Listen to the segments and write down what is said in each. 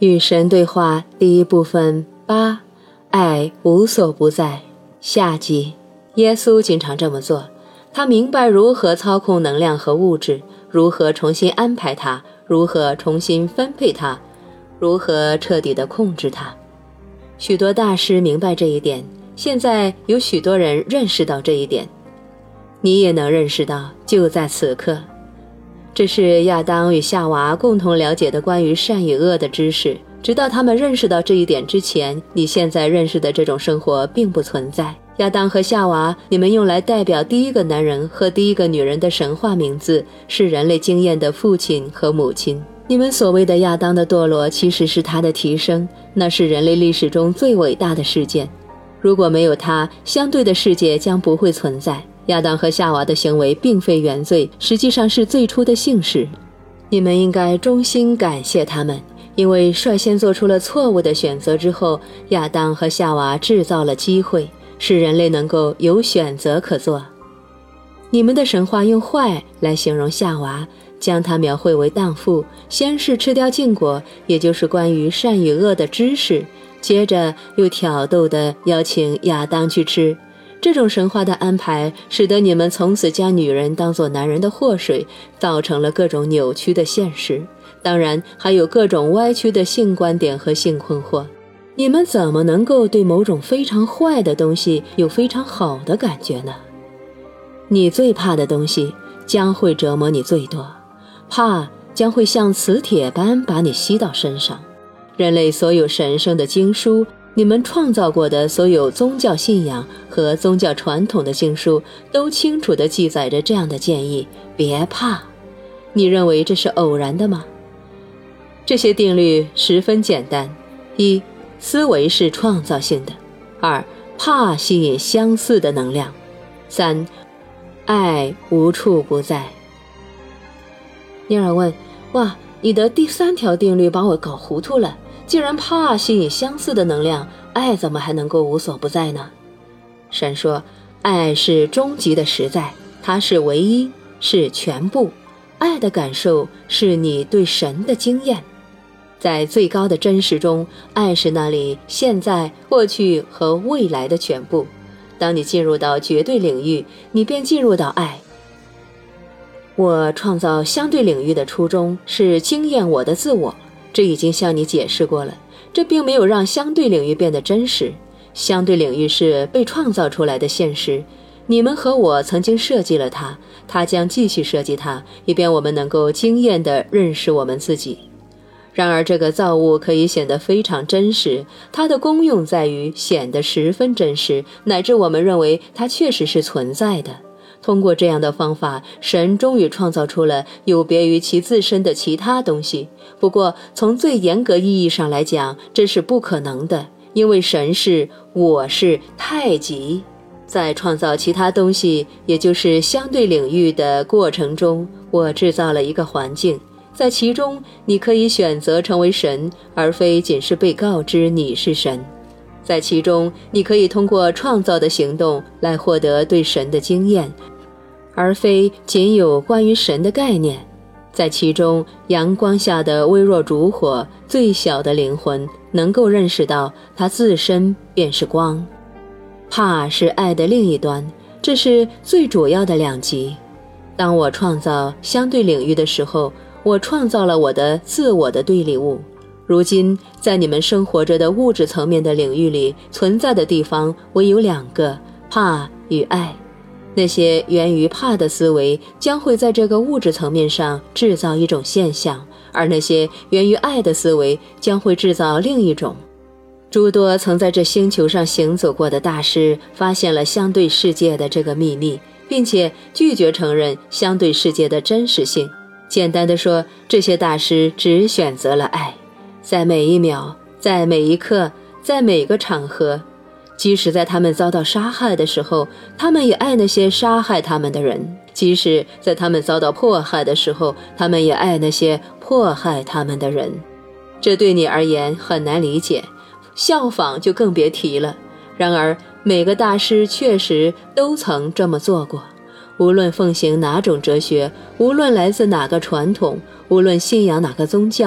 与神对话第一部分8，爱无所不在。下集。耶稣经常这么做，他明白如何操控能量和物质，如何重新安排它，如何重新分配它，如何彻底地控制它。许多大师明白这一点，现在有许多人认识到这一点，你也能认识到，就在此刻。这是亚当与夏娃共同了解的关于善与恶的知识。直到他们认识到这一点之前，你现在认识的这种生活并不存在。亚当和夏娃，你们用来代表第一个男人和第一个女人的神话名字，是人类经验的父亲和母亲。你们所谓的亚当的堕落，其实是他的提升，那是人类历史中最伟大的事件。如果没有他，相对的世界将不会存在。亚当和夏娃的行为并非原罪，实际上是最初的幸事。你们应该衷心感谢他们，因为率先做出了错误的选择之后，亚当和夏娃制造了机会，使人类能够有选择可做。你们的神话用坏来形容夏娃，将她描绘为荡妇，先是吃掉禁果，也就是关于善与恶的知识，接着又挑逗地邀请亚当去吃。这种神话的安排使得你们从此将女人当作男人的祸水，造成了各种扭曲的现实，当然还有各种歪曲的性观点和性困惑。你们怎么能够对某种非常坏的东西有非常好的感觉呢？你最怕的东西将会折磨你最多，怕将会像磁铁般把你吸到身上。人类所有神圣的经书，你们创造过的所有宗教信仰和宗教传统的经书，都清楚地记载着这样的建议：别怕。你认为这是偶然的吗？这些定律十分简单：一、思维是创造性的；二、怕吸引相似的能量；三、爱无处不在。尼尔问：哇，你的第3条定律把我搞糊涂了。既然怕吸引相似的能量，爱怎么还能够无所不在呢？神说，爱是终极的实在，它是唯一，是全部。爱的感受是你对神的经验。在最高的真实中，爱是那里现在、过去和未来的全部。当你进入到绝对领域，你便进入到爱。我创造相对领域的初衷是经验我的自我，这已经向你解释过了，这并没有让相对领域变得真实。相对领域是被创造出来的现实，你们和我曾经设计了它，它将继续设计它，以便我们能够经验地认识我们自己。然而这个造物可以显得非常真实，它的功用在于显得十分真实，乃至我们认为它确实是存在的。通过这样的方法，神终于创造出了有别于其自身的其他东西。不过从最严格意义上来讲，这是不可能的，因为神是我是太极。在创造其他东西，也就是相对领域的过程中，我制造了一个环境，在其中你可以选择成为神，而非仅是被告知你是神。在其中你可以通过创造的行动来获得对神的经验，而非仅有关于神的概念。在其中，阳光下的微弱烛火，最小的灵魂能够认识到它自身便是光。怕是爱的另一端，这是最主要的两极。当我创造相对领域的时候，我创造了我的自我的对立物。如今在你们生活着的物质层面的领域里，存在的地方唯有2个：怕与爱。那些源于怕的思维将会在这个物质层面上制造一种现象，而那些源于爱的思维将会制造另一种。诸多曾在这星球上行走过的大师发现了相对世界的这个秘密，并且拒绝承认相对世界的真实性。简单的说，这些大师只选择了爱，在每一秒，在每一刻，在每个场合。即使在他们遭到杀害的时候，他们也爱那些杀害他们的人；即使在他们遭到迫害的时候，他们也爱那些迫害他们的人。这对你而言很难理解，效仿就更别提了。然而每个大师确实都曾这么做过。无论奉行哪种哲学，无论来自哪个传统，无论信仰哪个宗教，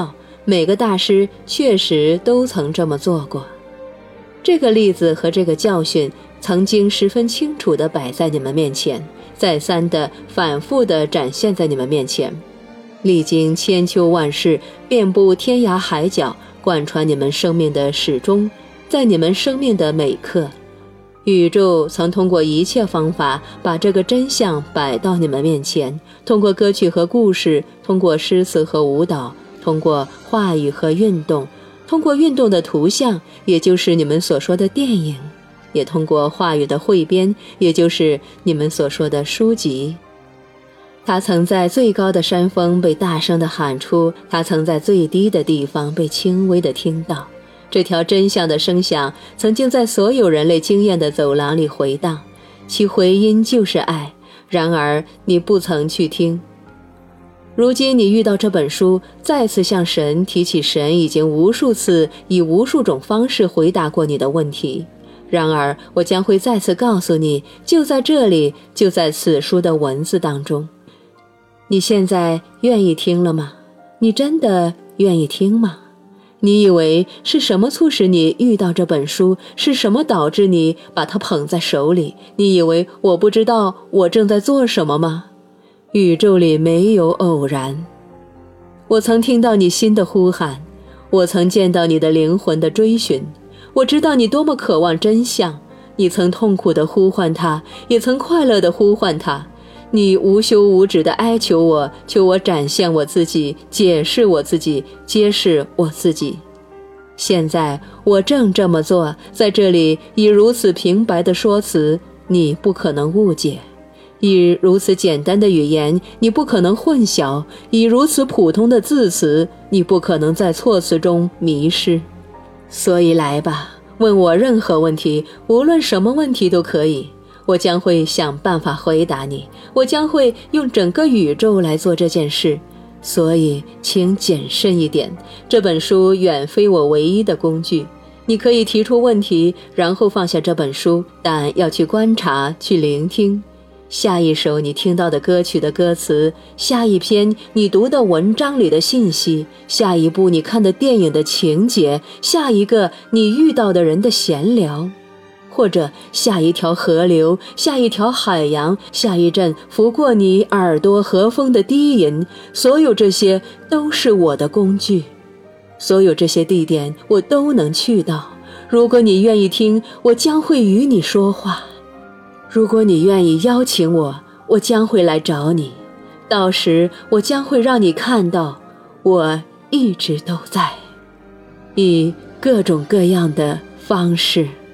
每个大师确实都曾这么做过。这个例子和这个教训曾经十分清楚地摆在你们面前，再三地反复地展现在你们面前，历经千秋万世，遍布天涯海角，贯穿你们生命的始终，在你们生命的每刻。宇宙曾通过一切方法把这个真相摆到你们面前，通过歌曲和故事，通过诗词和舞蹈，通过话语和运动，通过运动的图像，也就是你们所说的电影，也通过话语的汇编，也就是你们所说的书籍。他曾在最高的山峰被大声地喊出，他曾在最低的地方被轻微地听到。这条真相的声响曾经在所有人类经验的走廊里回荡，其回音就是爱，然而你不曾去听。如今你遇到这本书，再次向神提起神已经无数次以无数种方式回答过你的问题，然而我将会再次告诉你，就在这里，就在此书的文字当中。你现在愿意听了吗？你真的愿意听吗？你以为是什么促使你遇到这本书？是什么导致你把它捧在手里？你以为我不知道我正在做什么吗？宇宙里没有偶然。我曾听到你心的呼喊，我曾见到你的灵魂的追寻，我知道你多么渴望真相。你曾痛苦地呼唤它，也曾快乐地呼唤它。你无休无止地哀求我，求我展现我自己，解释我自己，揭示我自己。现在我正这么做，在这里以如此平白的说辞，你不可能误解；以如此简单的语言，你不可能混淆；以如此普通的字词，你不可能在措辞中迷失。所以来吧，问我任何问题，无论什么问题都可以。我将会想办法回答你，我将会用整个宇宙来做这件事，所以请谨慎一点。这本书远非我唯一的工具，你可以提出问题，然后放下这本书，但要去观察，去聆听。下一首你听到的歌曲的歌词，下一篇你读的文章里的信息，下一部你看的电影的情节，下一个你遇到的人的闲聊，或者下一条河流，下一条海洋，下一阵拂过你耳朵和风的低吟，所有这些都是我的工具。所有这些地点我都能去到，如果你愿意听，我将会与你说话；如果你愿意邀请我，我将会来找你。到时我将会让你看到，我一直都在，以各种各样的方式。